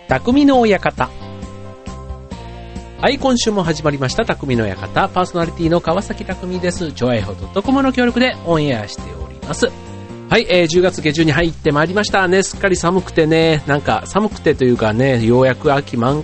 匠の館。はい、今週も始まりました匠の館。パーソナリティの川崎匠です。ちょあいほ.comの協力でオンエアしております。はい、10月下旬に入ってまいりましたね。すっかり寒くてね、なんか寒くてというかね、ようやく秋満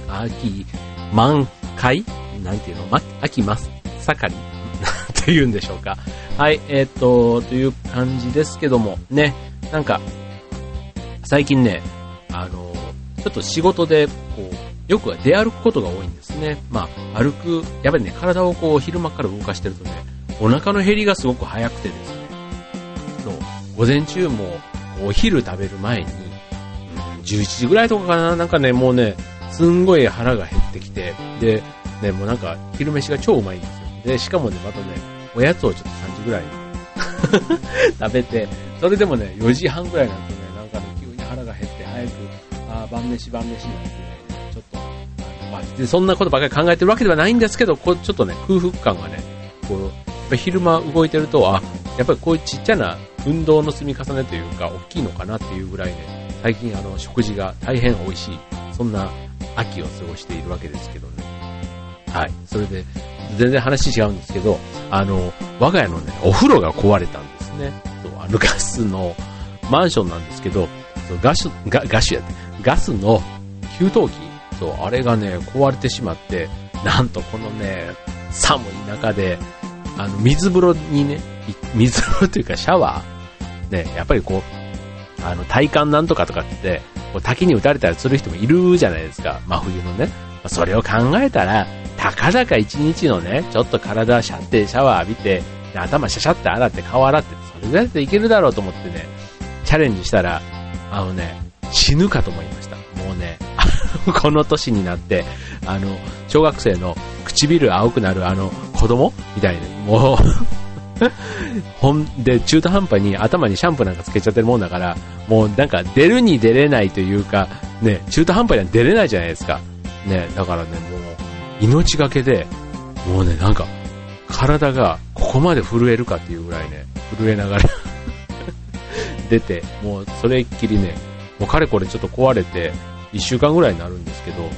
開なんていうの、秋真っ盛りなんて言うんでしょうか。はい、という感じですけどもね、なんか最近ね、ちょっと仕事でこうよく出歩くことが多いんですね。まあ歩く、やっぱりね、体をこう昼間から動かしてるとね、お腹の減りがすごく早くてですね、午前中もお昼食べる前に、11時ぐらいとかかな、なんかね、もうね、すんごい腹が減ってきて、で、ね、もうなんか昼飯が超うまいんですよ。で、しかもね、またね、おやつをちょっと3時ぐらいに食べて、それでもね、4時半ぐらいなんですよね、なんかね、急に腹が減って早く、晩飯なんてね、ちょっと、でそんなことばかり考えてるわけではないんですけど、ちょっとね、空腹感がね、こう、やっぱ昼間動いてると、やっぱりこういうちっちゃな運動の積み重ねというか、大きいのかなっていうぐらいね、最近食事が大変美味しい、そんな秋を過ごしているわけですけどね。はい。それで、全然話違うんですけど、我が家のね、お風呂が壊れたんですね。ガスの、マンションなんですけど、ガスの給湯器、あれがね、壊れてしまって、なんとこのね、寒い中で、水風呂にね、水風呂というかシャワー、ね、やっぱりこう、体感なんとかとかって、こう滝に打たれたりする人もいるじゃないですか、真冬のね。それを考えたら、たかだか一日のね、ちょっと体シャってシャワー浴びて、頭シャシャって洗って顔洗って、それぐらいでいけるだろうと思ってね、チャレンジしたら、死ぬかと思いました。もうね、この年になって、小学生の唇青くなる子供みたいに、もうほんで、中途半端に頭にシャンプーなんかつけちゃってるもんだから、もうなんか出るに出れないというか、ね、中途半端には出れないじゃないですか。ね、だからね、もう、命がけで、もうね、なんか、体がここまで震えるかっていうぐらいね、震えながら出て、もうそれっきりね、もうかれこれちょっと壊れて、1週間ぐらいになるんですけど、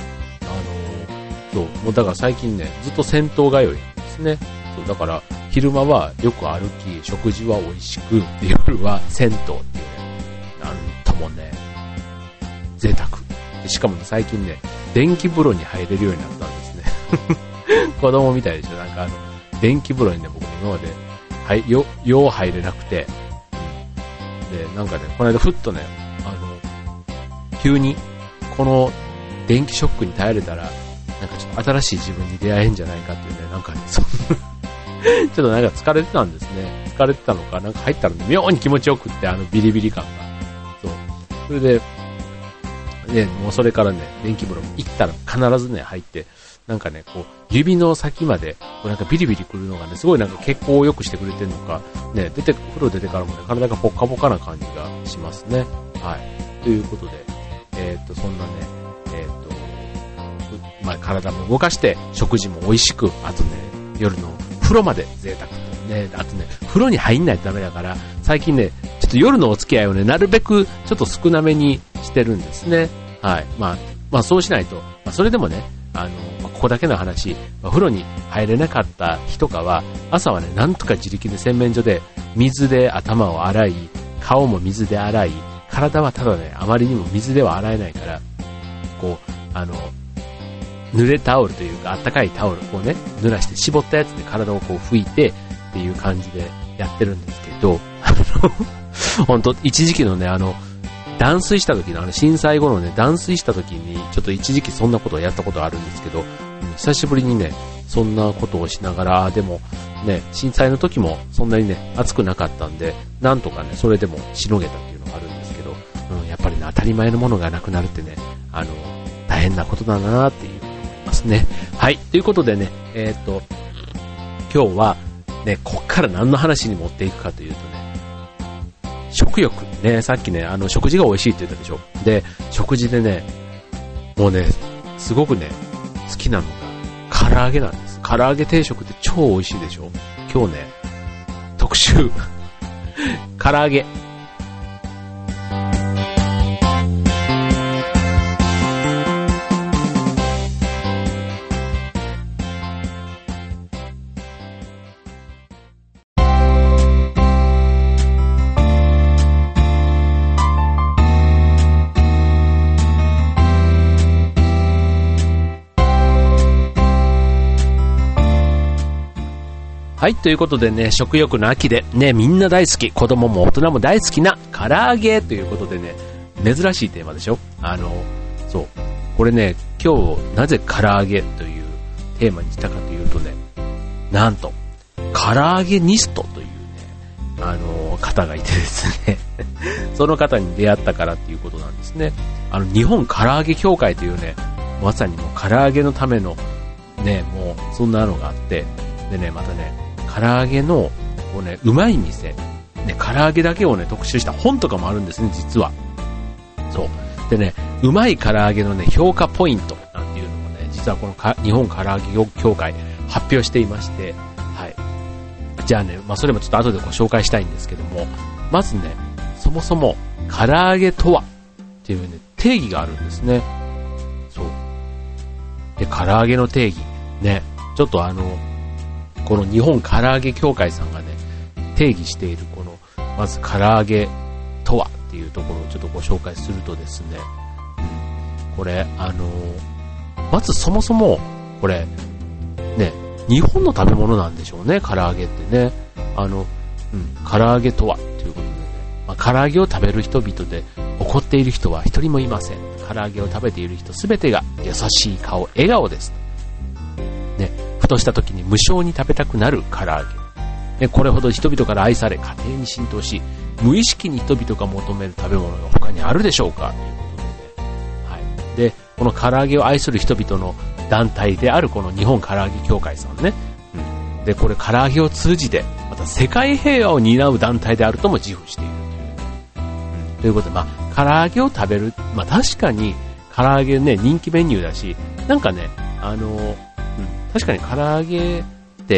もうだから最近ね、ずっと銭湯通いですね。そう、だから、昼間はよく歩き、食事は美味しく、で夜は銭湯っていうね、なんともね、贅沢。しかもね、最近ね、電気風呂に入れるようになったんですね。子供みたいでしょ。なんか電気風呂にね、僕ね、今まで、よう入れなくて、で、なんかね、この間ふっとね、急に、この電気ショックに耐えれたら、なんかちょっと新しい自分に出会えんじゃないかっていうね、なんかね、ちょっとなんか疲れてたんですね。疲れてたのか、なんか入ったら妙に気持ちよくって、ビリビリ感が。そう。それで、ね、もうそれからね、電気風呂行ったら必ずね、入って、なんかね、こう、指の先まで、こうなんかビリビリくるのがね、すごいなんか血行を良くしてくれてるのか、ね、風呂出てからもね、体がポッカポカな感じがしますね。はい。ということで、そんなね、まあ、体も動かして、食事も美味しく、あとね、夜の風呂まで贅沢とね、あとね、風呂に入んないとダメだから、最近ね、ちょっと夜のお付き合いをね、なるべくちょっと少なめにしてるんですね。はい。まあそうしないと、それでもね、ここだけの話、風呂に入れなかった日とかは、朝はね、なんとか自力で洗面所で水で頭を洗い、顔も水で洗い、体はただね、あまりにも水では洗えないから、こう、濡れタオルというか、あったかいタオルをね、濡らして絞ったやつで体をこう拭いてっていう感じでやってるんですけど、ほんと、一時期のね、断水した時の震災後のね、断水した時に、ちょっと一時期そんなことをやったことあるんですけど、久しぶりにね、そんなことをしながら、でも、ね、震災の時もそんなにね、暑くなかったんで、なんとかね、それでもしのげたっていうのがあるんですけど、やっぱりね、当たり前のものがなくなるってね、大変なことだなっていう思いますね。はい、ということでね、今日は、ね、こっから何の話に持っていくかというとね、食欲ね、さっきね、食事が美味しいって言ったでしょ。で、食事でね、もうね、すごくね、好きなのが唐揚げなんです。唐揚げ定食って超美味しいでしょ。今日ね、特集唐揚げ。 はい、ということでね、食欲の秋でね、みんな大好き、子供も大人も大好きな唐揚げということでね、珍しいテーマでしょ。そう。これね、今日なぜ唐揚げというテーマにしたかというとね、なんと、唐揚げニストというね、方がいてですね、その方に出会ったからっていうことなんですね。日本唐揚げ協会というね、まさにもう唐揚げのためのね、もうそんなのがあって、でね、またね、唐揚げのこうね、うまい店、ね、唐揚げだけをね、特集した本とかもあるんですね、実は。そう。でね、うまい唐揚げのね、評価ポイントなんていうのもね、実はこの日本唐揚げ協会発表していまして、はい。じゃあね、それもちょっと後でご紹介したいんですけども、まずね、そもそも唐揚げとはっていうね、定義があるんですね。そう。で、唐揚げの定義、ね、ちょっとこの日本唐揚げ協会さんがね、定義しているこの、まず唐揚げとはっていうところをちょっとご紹介するとですね、これ、まずそもそも、これ、ね、日本の食べ物なんでしょうね、唐揚げってね。唐揚げとはということでね、唐揚げを食べる人々で怒っている人は一人もいません。唐揚げを食べている人すべてが優しい顔、笑顔です。ね、ふとした時に無性に食べたくなる唐揚げ。ね、これほど人々から愛され、家庭に浸透し、無意識に人々が求める食べ物が他にあるでしょうかということでね。はい。で、この唐揚げを愛する人々の団体であるこの日本唐揚げ協会さんね。で、これ唐揚げを通じて、また世界平和を担う団体であるとも自負しているという。ということで、唐揚げを食べる、確かに唐揚げね、人気メニューだし、なんかね、確かに唐揚げって、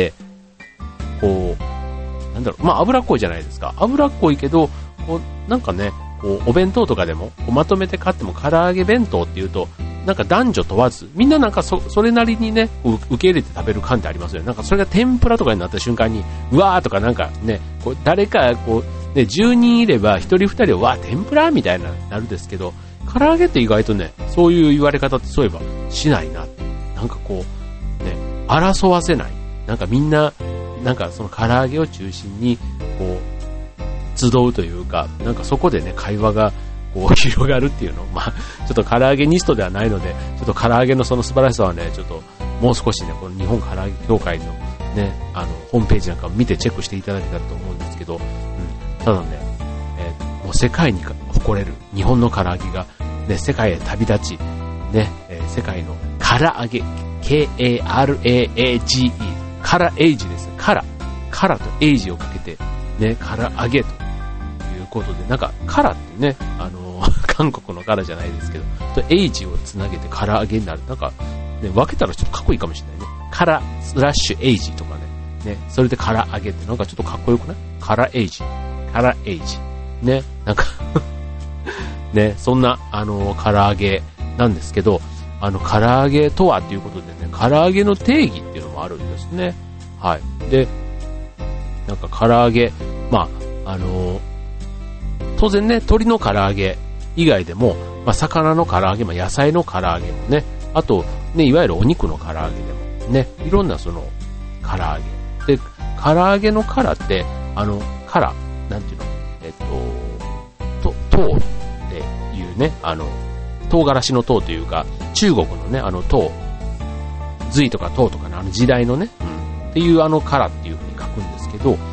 こう、なんだろう、脂っこいじゃないですか。脂っこいけど、こう、なんかね、こう、お弁当とかでも、まとめて買っても唐揚げ弁当っていうと、なんか男女問わず、みんななんかそれなりにね、受け入れて食べる感ってありますよね。なんかそれが天ぷらとかになった瞬間に、うわーとかなんかね、こう誰かこう、ね、10人いれば1人2人は、わー天ぷらみたいななるんですけど、唐揚げって意外とね、そういう言われ方ってそういえばしないなって。なんかこう、ね、争わせない。なんかみんな、なんかその唐揚げを中心に、こう、集うというか、なんかそこでね、会話が、こう広がるっていうのを、ちょっと唐揚げニストではないので、ちょっと唐揚げのその素晴らしさはね、ちょっともう少しね、この日本唐揚げ協会のね、ホームページなんかを見てチェックしていただけたらと思うんですけど、ただね、もう世界に誇れる日本の唐揚げがね、世界へ旅立ち、ね、世界の唐揚げ、K-A-R-A-A-G-E、カラエイジです。カラとエイジをかけて、ね、唐揚げということで、なんか、カラってね、韓国のカラじゃないですけど、とエイジをつなげて唐揚げになる。なんか、ね、分けたらちょっとかっこいいかもしれないね。カラスラッシュエイジとかね。ね、それで唐揚げってなんかちょっとかっこよくない？カラエイジ。カラエイジ。ね、なんかね、そんな、唐揚げなんですけど、唐揚げとはということでね、唐揚げの定義っていうのもあるんですね。はい。で、なんか唐揚げ、当然ね、鶏の唐揚げ以外でも、魚の唐揚げ、野菜の唐揚げもね、あと、ね、いわゆるお肉の唐揚げでもね、いろんなその、唐揚げ。で、唐揚げの唐って、唐、なんていうの、唐っていうね、唐辛子の唐というか、中国のね、唐、隋とか唐とかの時代のね、っていう唐っていう風に書くんですけど、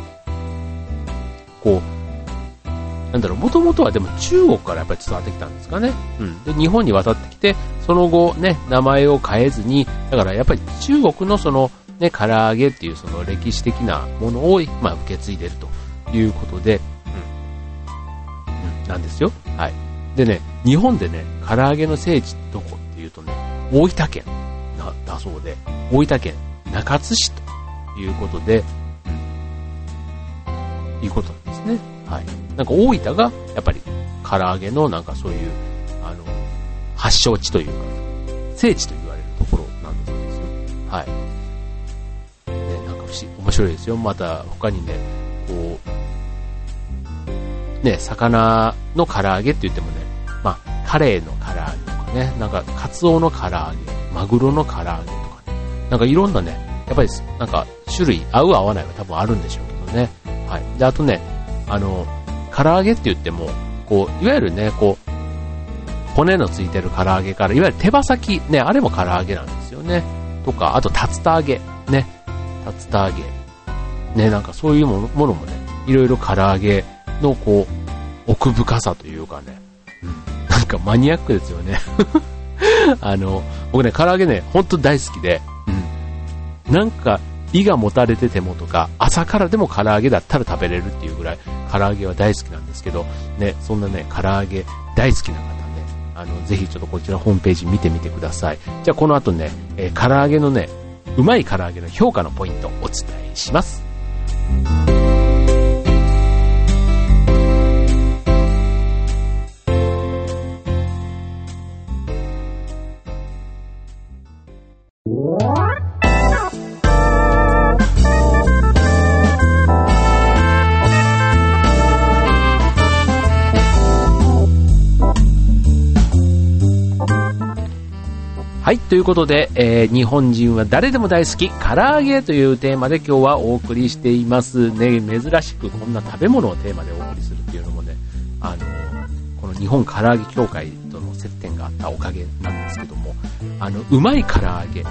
こう、なんだろう、もともとはでも中国からやっぱり伝わってきたんですかね。で、日本に渡ってきて、その後ね、名前を変えずに、だからやっぱり中国のその、ね、唐揚げっていうその歴史的なものを、受け継いでいるということで、なんですよ。はい。でね、日本でね、唐揚げの聖地どこっていうとね、大分県だそうで、大分県中津市ということで、いうことなんですね。はい。なんか大分がやっぱり唐揚げのなんかそういう発祥地というか聖地と言われるところなんだそうですよ。はい。ね、なんか面白いですよ。また他にね、こうね、魚の唐揚げって言ってもね、カレーの唐揚げとかね、なんかカツオの唐揚げ、マグロの唐揚げとかね、なんかいろんなね、やっぱりなんか種類、合う合わないは多分あるんでしょうけどね。はい。で、あとね、唐揚げって言っても、こう、いわゆるね、こう、骨のついてる唐揚げから、いわゆる手羽先、ね、あれも唐揚げなんですよね。とか、あと、竜田揚げ、ね。竜田揚げ。ね、なんかそういうものもね、いろいろ唐揚げの、こう、奥深さというかね、なんかマニアックですよね。僕ね、唐揚げね、ほんと大好きで、なんか、胃がもたれててもとか、朝からでも唐揚げだったら食べれるっていうぐらい、唐揚げは大好きなんですけど、ね、そんなね、唐揚げ大好きな方ね、ぜひちょっとこちらホームページ見てみてください。じゃあこの後ね、唐揚げのね、うまい唐揚げの評価のポイントをお伝えします。はい、ということで、日本人は誰でも大好き唐揚げというテーマで今日はお送りしていますね。珍しくこんな食べ物をテーマでお送りするっていうのもね、この日本唐揚げ協会との接点があったおかげなんですけども、うまい唐揚げ、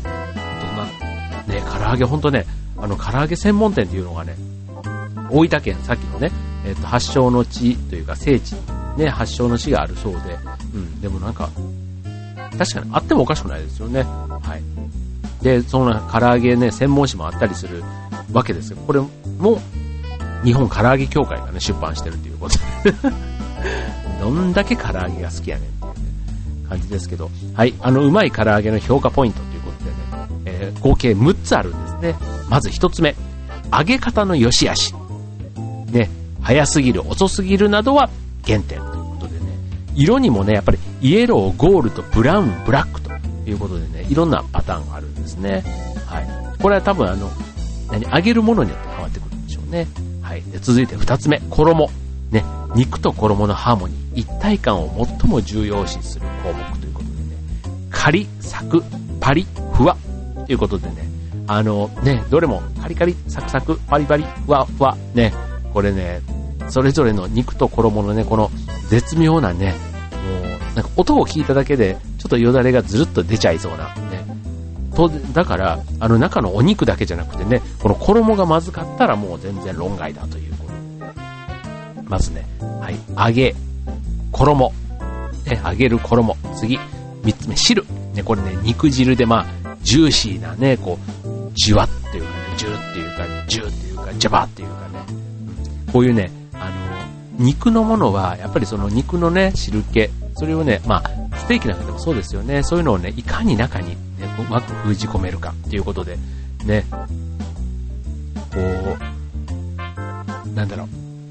唐揚げほんとね、唐揚げ専門店っていうのがね、大分県さっきのね、発祥の地というか聖地ね、発祥の地があるそうで、でもなんか確かにあってもおかしくないですよね。はい。で、その唐揚げね、専門誌もあったりするわけですよ。これも日本唐揚げ協会がね、出版してるっていうことで。どんだけ唐揚げが好きやねんっていう、ね、感じですけど。はい。うまい唐揚げの評価ポイントということでね、合計6つあるんですね。まず1つ目。揚げ方の良し悪し。ね、早すぎる、遅すぎるなどは減点。色にもね、やっぱりイエロー、ゴールド、ブラウン、ブラックということでね、いろんなパターンがあるんですね。はい。これは多分揚げるものによって変わってくるんでしょうね。はい。で、続いて2つ目、衣。ね、肉と衣のハーモニー、一体感を最も重要視する項目ということでね、カリ、サク、パリ、ふわということでね、どれもカリカリ、サクサク、パリパリ、ふわふわ、ね、これね、それぞれの肉と衣のね、この絶妙なね、もう、なんか音を聞いただけで、ちょっとよだれがずるっと出ちゃいそうな、ね。だから、中のお肉だけじゃなくてね、この衣がまずかったらもう全然論外だということで、ね。まずね、はい、揚げ、衣、ね、揚げる衣。次、3つ目、汁。ね、これね、肉汁でまあ、ジューシーなね、こう、じわっていうかね、ジューっていうか、ジューっていうか、ジャバっていうかね、こういうね、肉のものは、やっぱりその肉のね、汁気、それをね、まあ、ステーキなんかでもそうですよね。そういうのをね、いかに中に、ね、うまく封じ込めるかっていうことで、ね、こう、なんだろう、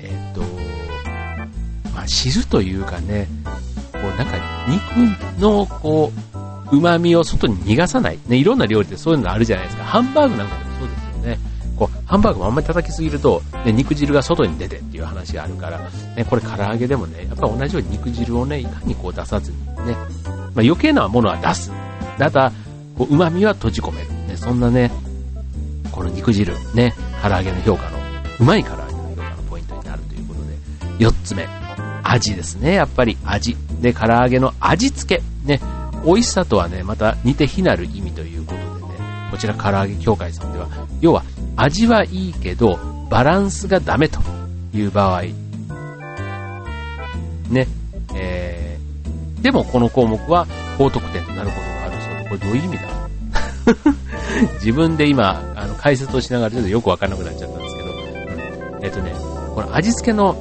まあ、汁というかね、こう、なんか、肉の、こう、旨味を外に逃がさない。ね、いろんな料理でそういうのあるじゃないですか。ハンバーグなんかでもそうですよね。こうハンバーグもあんまり叩きすぎると、ね、肉汁が外に出てっていう話があるから、ね、これ唐揚げでもね、やっぱり同じように肉汁をね、いかにこう出さずにね、まあ、余計なものは出す。ただ、こう旨味は閉じ込める。ね、そんなね、この肉汁、ね、唐揚げの評価の、うまい唐揚げの評価のポイントになるということで、4つ目、味ですね、やっぱり味。で、唐揚げの味付け。ね、美味しさとはね、また似て非なる意味ということでね、こちら唐揚げ協会さんでは、要は、味はいいけど、バランスがダメという場合。ね。でもこの項目は高得点となることがあるそうで、これどういう意味だ自分で今、解説をしながらちょっとよくわからなくなっちゃったんですけど、この味付けの、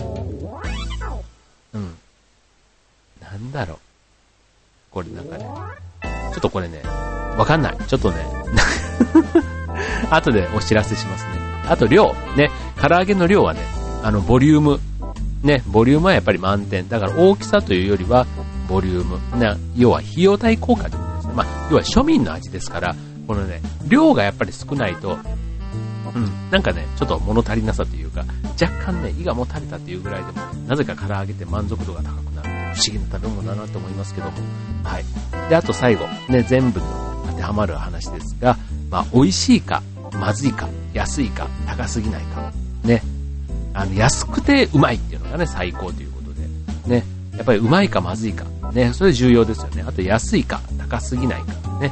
なんだろう。これなんかね、ちょっとこれね、わかんない。ちょっとね、後でお知らせしますね。あと量、ね、唐揚げの量はね、ボリューム、ね、ボリュームはやっぱり満点。だから大きさというよりは、ボリューム。ね、要は費用対効果ということですね。まあ、要は庶民の味ですから、このね、量がやっぱり少ないと、なんかね、ちょっと物足りなさというか、若干ね、胃がもたれたっていうぐらいでも、なぜか唐揚げって満足度が高くなる不思議な食べ物だなと思いますけども。はい。で、あと最後、ね、全部に当てはまる話ですが、まあ、美味しいか、 まずいか、安いか、高すぎないか、ね。安くてうまいっていうのがね、最高ということで、ね。やっぱりうまいかまずいか、ね。それ重要ですよね。あと安いか、高すぎないか、ね。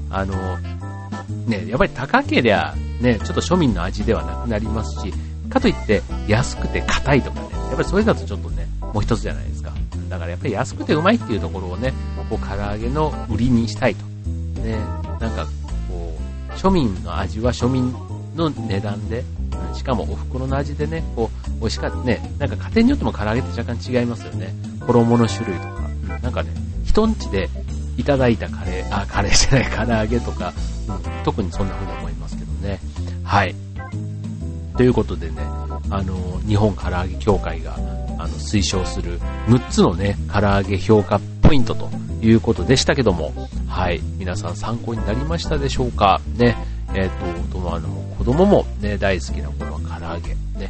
ね、やっぱり高けりゃ、ね、ちょっと庶民の味ではなくなりますし、かといって安くて硬いとかね、やっぱりそれだとちょっとね、もう一つじゃないですか。だからやっぱり安くてうまいっていうところをね、こう唐揚げの売りにしたいと。ね、なんかこう、庶民の味は庶民の値段で、しかもお袋の味でね、こう、美味しかったね、なんか家庭によっても唐揚げって若干違いますよね。衣の種類とか。なんかね、人ん家でいただいたカレーじゃない、唐揚げとか、特にそんな風に思いますけどね。はい。ということでね、日本唐揚げ協会が、推奨する6つのね、唐揚げ評価ポイントということでしたけども、はい。皆さん参考になりましたでしょうかね。子供もね、大好きなこの唐揚げ。ね。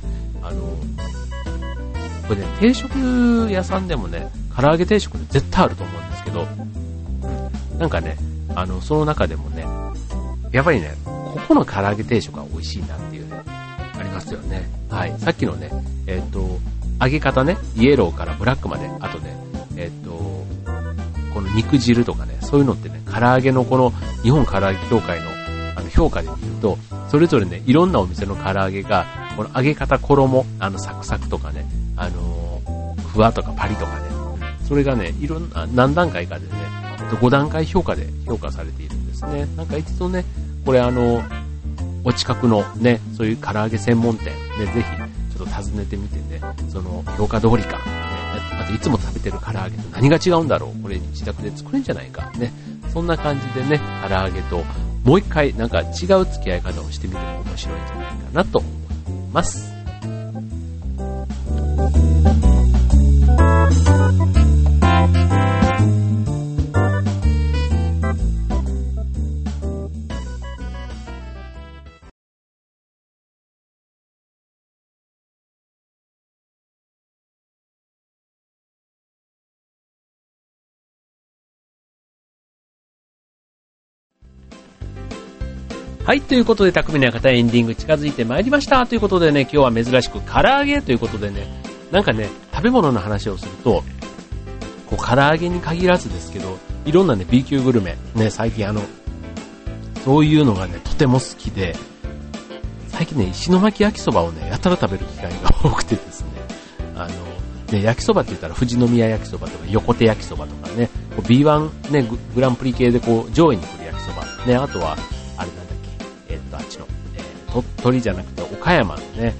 これね、定食屋さんでもね、唐揚げ定食で絶対あると思うんですけど、なんかね、その中でもね、やっぱりね、ここの唐揚げ定食は美味しいなっていうね、ありますよね。はい。さっきのね、揚げ方ね、イエローからブラックまで、あとね、この肉汁とかね、そういうのってね、唐揚げのこの日本唐揚げ協会の評価で見ると、それぞれね、いろんなお店の唐揚げが、この揚げ方、衣、サクサクとかね、ふわとかパリとかね、それがね、いろんな、何段階かでね、5段階評価で評価されているんですね。なんか一度ね、これお近くのね、そういう唐揚げ専門店、ね、ぜひちょっと訪ねてみてね、その評価通りか、ね、あといつも食べてる唐揚げと何が違うんだろう、これ自宅で作れるんじゃないか、ね、そんな感じでね、唐揚げともう一回なんか違う付き合い方をしてみても面白いんじゃないかなと思います。はい、ということで、匠の館エンディング近づいてまいりました。ということでね、今日は珍しく唐揚げということでね、なんかね、食べ物の話をすると、こう、唐揚げに限らずですけど、いろんなね、B 級グルメ、ね、最近そういうのがね、とても好きで、最近ね、石巻焼きそばをね、やたら食べる機会が多くてですね、ね、焼きそばって言ったら富士宮焼きそばとか横手焼きそばとかね、B1 ね、グランプリ系でこう、上位に来る焼きそば、ね、あとは、あれなんだっけ、あっちの、鳥取じゃなくて岡山のね、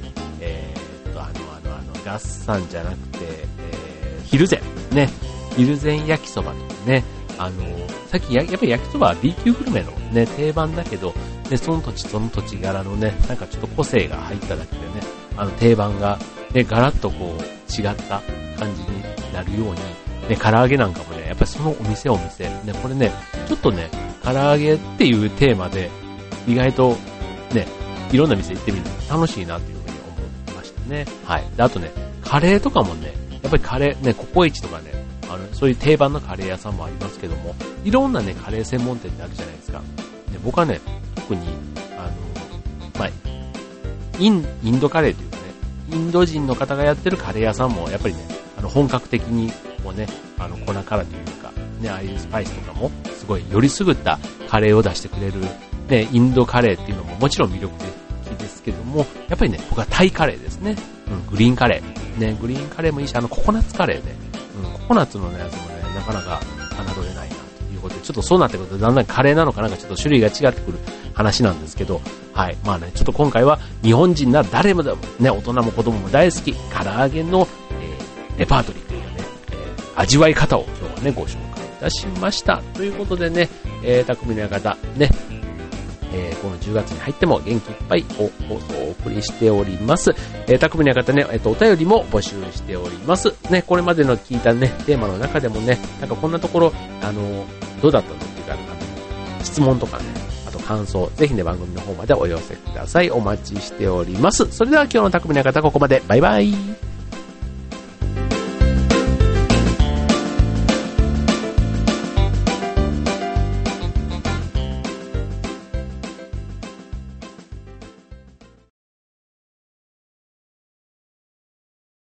合算じゃなくて、蒜山、ね、蒜山焼きそばとかね、さっきやっぱり焼きそばは B 級グルメのね、定番だけど、ね、その土地柄のね、なんかちょっと個性が入っただけでね、定番が、ね、ガラッとこう、違った感じになるように、ね、唐揚げなんかもね、やっぱりそのお店、ね、これね、ちょっとね、唐揚げっていうテーマで、意外と、ね、いろんな店行ってみるの楽しいなっていうふうに思いましたね。はい。で、あとね、カレーとかもね、やっぱりカレー、ね、ココイチとかね、そういう定番のカレー屋さんもありますけども、いろんなね、カレー専門店ってあるじゃないですか。で、僕はね、特に、まあ、インドカレーというかね、インド人の方がやってるカレー屋さんも、やっぱりね、本格的に、もうね、粉からというか、ね、ああいうスパイスとかも、すごい、よりすぐったカレーを出してくれる、ね、インドカレーっていうのももちろん魅力的ですけども、やっぱりね、僕はタイカレーですね。グリーンカレー。ね、グリーンカレーもいいし、ココナッツカレーね。ココナッツのね、やつもね、なかなか侮れないな、ということで、ちょっとそうなってくると、だんだんカレーなのかなんかちょっと種類が違ってくる話なんですけど、はい。まあね、ちょっと今回は日本人なら誰もでもね、大人も子供も大好き、唐揚げの、レパートリーというかね、味わい方を今日はね、ご紹介いたしました。ということでね、匠の館、ね、この10月に入っても元気いっぱい放送をお送りしております。匠の館ね、お便りも募集しております。ね、これまでの聞いたね、テーマの中でもね、なんかこんなところ、どうだったのっていうか、質問とかね、あと感想、ぜひね、番組の方までお寄せください。お待ちしております。それでは今日の匠の館ここまで。バイバイ。